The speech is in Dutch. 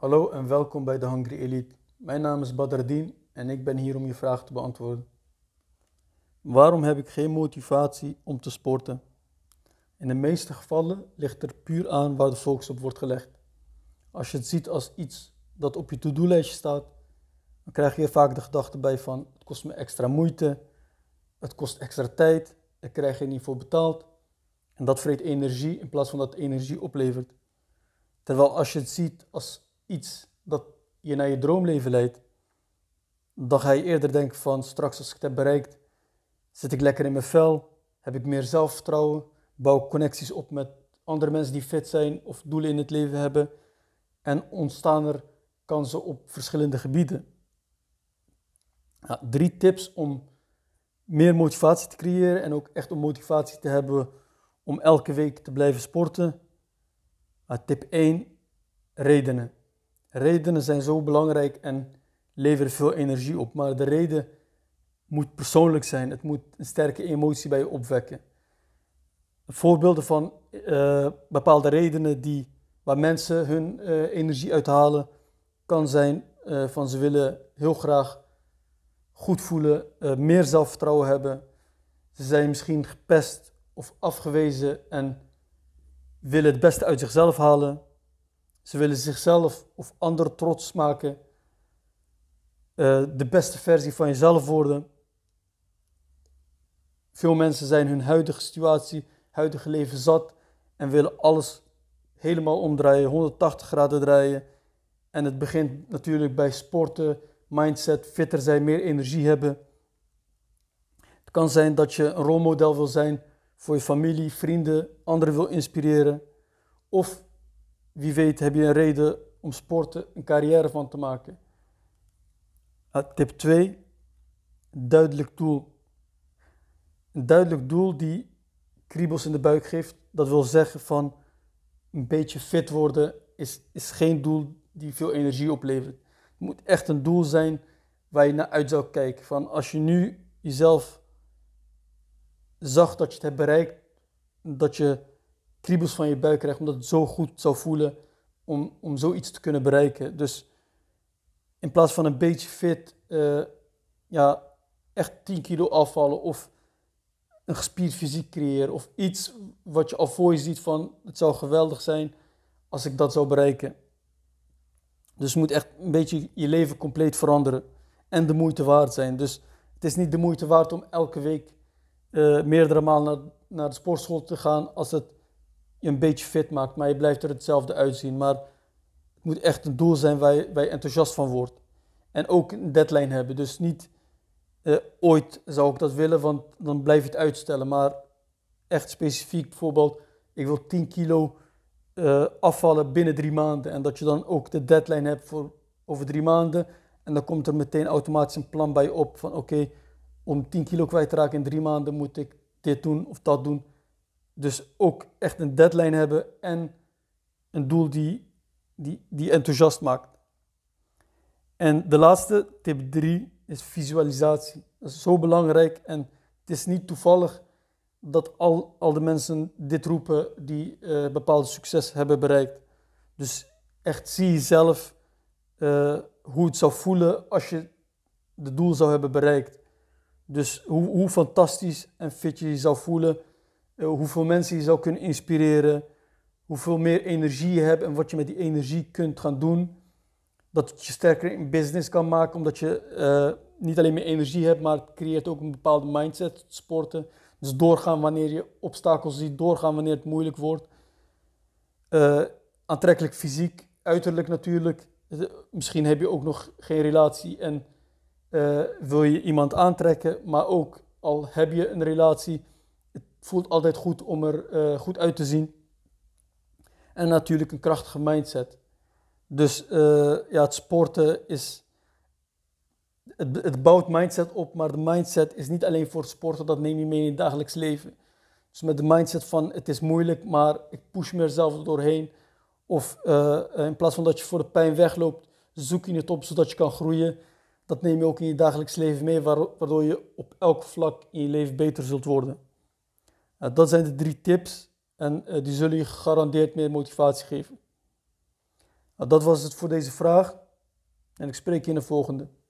Hallo en welkom bij de Hungry Elite. Mijn naam is Badardin en ik ben hier om je vraag te beantwoorden. Waarom heb ik geen motivatie om te sporten? In de meeste gevallen ligt er puur aan waar de focus op wordt gelegd. Als je het ziet als iets dat op je to-do-lijstje staat, dan krijg je vaak de gedachte bij van het kost me extra moeite, het kost extra tijd, daar krijg je niet voor betaald. En dat vreet energie in plaats van dat het energie oplevert. Terwijl als je het ziet als iets dat je naar je droomleven leidt, dan ga je eerder denken van straks als ik het heb bereikt, zit ik lekker in mijn vel, heb ik meer zelfvertrouwen, bouw ik connecties op met andere mensen die fit zijn of doelen in het leven hebben en ontstaan er kansen op verschillende gebieden. 3 tips om meer motivatie te creëren en ook echt om motivatie te hebben om elke week te blijven sporten. Tip 1, redenen. Redenen zijn zo belangrijk en leveren veel energie op, maar de reden moet persoonlijk zijn. Het moet een sterke emotie bij je opwekken. Voorbeelden van bepaalde redenen waar mensen hun energie uithalen, kan zijn van ze willen heel graag goed voelen, meer zelfvertrouwen hebben. Ze zijn misschien gepest of afgewezen en willen het beste uit zichzelf halen. Ze willen zichzelf of anderen trots maken. De beste versie van jezelf worden. Veel mensen zijn hun huidige situatie, huidige leven zat en willen alles helemaal omdraaien, 180 graden draaien. En het begint natuurlijk bij sporten, mindset, fitter zijn, meer energie hebben. Het kan zijn dat je een rolmodel wil zijn voor je familie, vrienden, anderen wil inspireren. Of wie weet heb je een reden om sporten een carrière van te maken. Tip 2, duidelijk doel. Een duidelijk doel die kriebels in de buik geeft, dat wil zeggen van een beetje fit worden is geen doel die veel energie oplevert. Het moet echt een doel zijn waar je naar uit zou kijken. Van als je nu jezelf zag dat je het hebt bereikt, dat je kriebels van je buik krijgt, omdat het zo goed zou voelen om zoiets te kunnen bereiken. Dus in plaats van een beetje fit, echt 10 kilo afvallen of een gespierd fysiek creëren of iets wat je al voor je ziet van het zou geweldig zijn als ik dat zou bereiken. Dus je moet echt een beetje je leven compleet veranderen en de moeite waard zijn. Dus het is niet de moeite waard om elke week meerdere malen naar de sportschool te gaan als het je een beetje fit maakt, maar je blijft er hetzelfde uitzien. Maar het moet echt een doel zijn waar je enthousiast van wordt. En ook een deadline hebben. Dus niet ooit zou ik dat willen, want dan blijf je het uitstellen. Maar echt specifiek bijvoorbeeld, ik wil 10 kilo afvallen binnen 3 maanden. En dat je dan ook de deadline hebt voor over 3 maanden. En dan komt er meteen automatisch een plan bij je op van oké, om 10 kilo kwijt te raken in 3 maanden moet ik dit doen of dat doen. Dus ook echt een deadline hebben en een doel die enthousiast maakt. En de laatste, tip 3, is visualisatie. Dat is zo belangrijk en het is niet toevallig dat al de mensen dit roepen die bepaalde succes hebben bereikt. Dus echt zie jezelf hoe het zou voelen als je het doel zou hebben bereikt. Dus hoe fantastisch en fit je je zou voelen, hoeveel mensen je zou kunnen inspireren, hoeveel meer energie je hebt en wat je met die energie kunt gaan doen. Dat het je sterker in business kan maken, omdat je niet alleen meer energie hebt, maar het creëert ook een bepaalde mindset, sporten. Dus doorgaan wanneer je obstakels ziet, doorgaan wanneer het moeilijk wordt. Aantrekkelijk fysiek, uiterlijk natuurlijk. Misschien heb je ook nog geen relatie en wil je iemand aantrekken, maar ook al heb je een relatie, het voelt altijd goed om er goed uit te zien. En natuurlijk een krachtige mindset. Dus het sporten het bouwt mindset op, maar de mindset is niet alleen voor het sporten, dat neem je mee in het dagelijks leven. Dus met de mindset van het is moeilijk, maar ik push mezelf er doorheen. Of in plaats van dat je voor de pijn wegloopt, zoek je het op zodat je kan groeien. Dat neem je ook in je dagelijks leven mee, waardoor je op elk vlak in je leven beter zult worden. Dat zijn de 3 tips en die zullen je gegarandeerd meer motivatie geven. Nou, dat was het voor deze vraag. En ik spreek je in de volgende.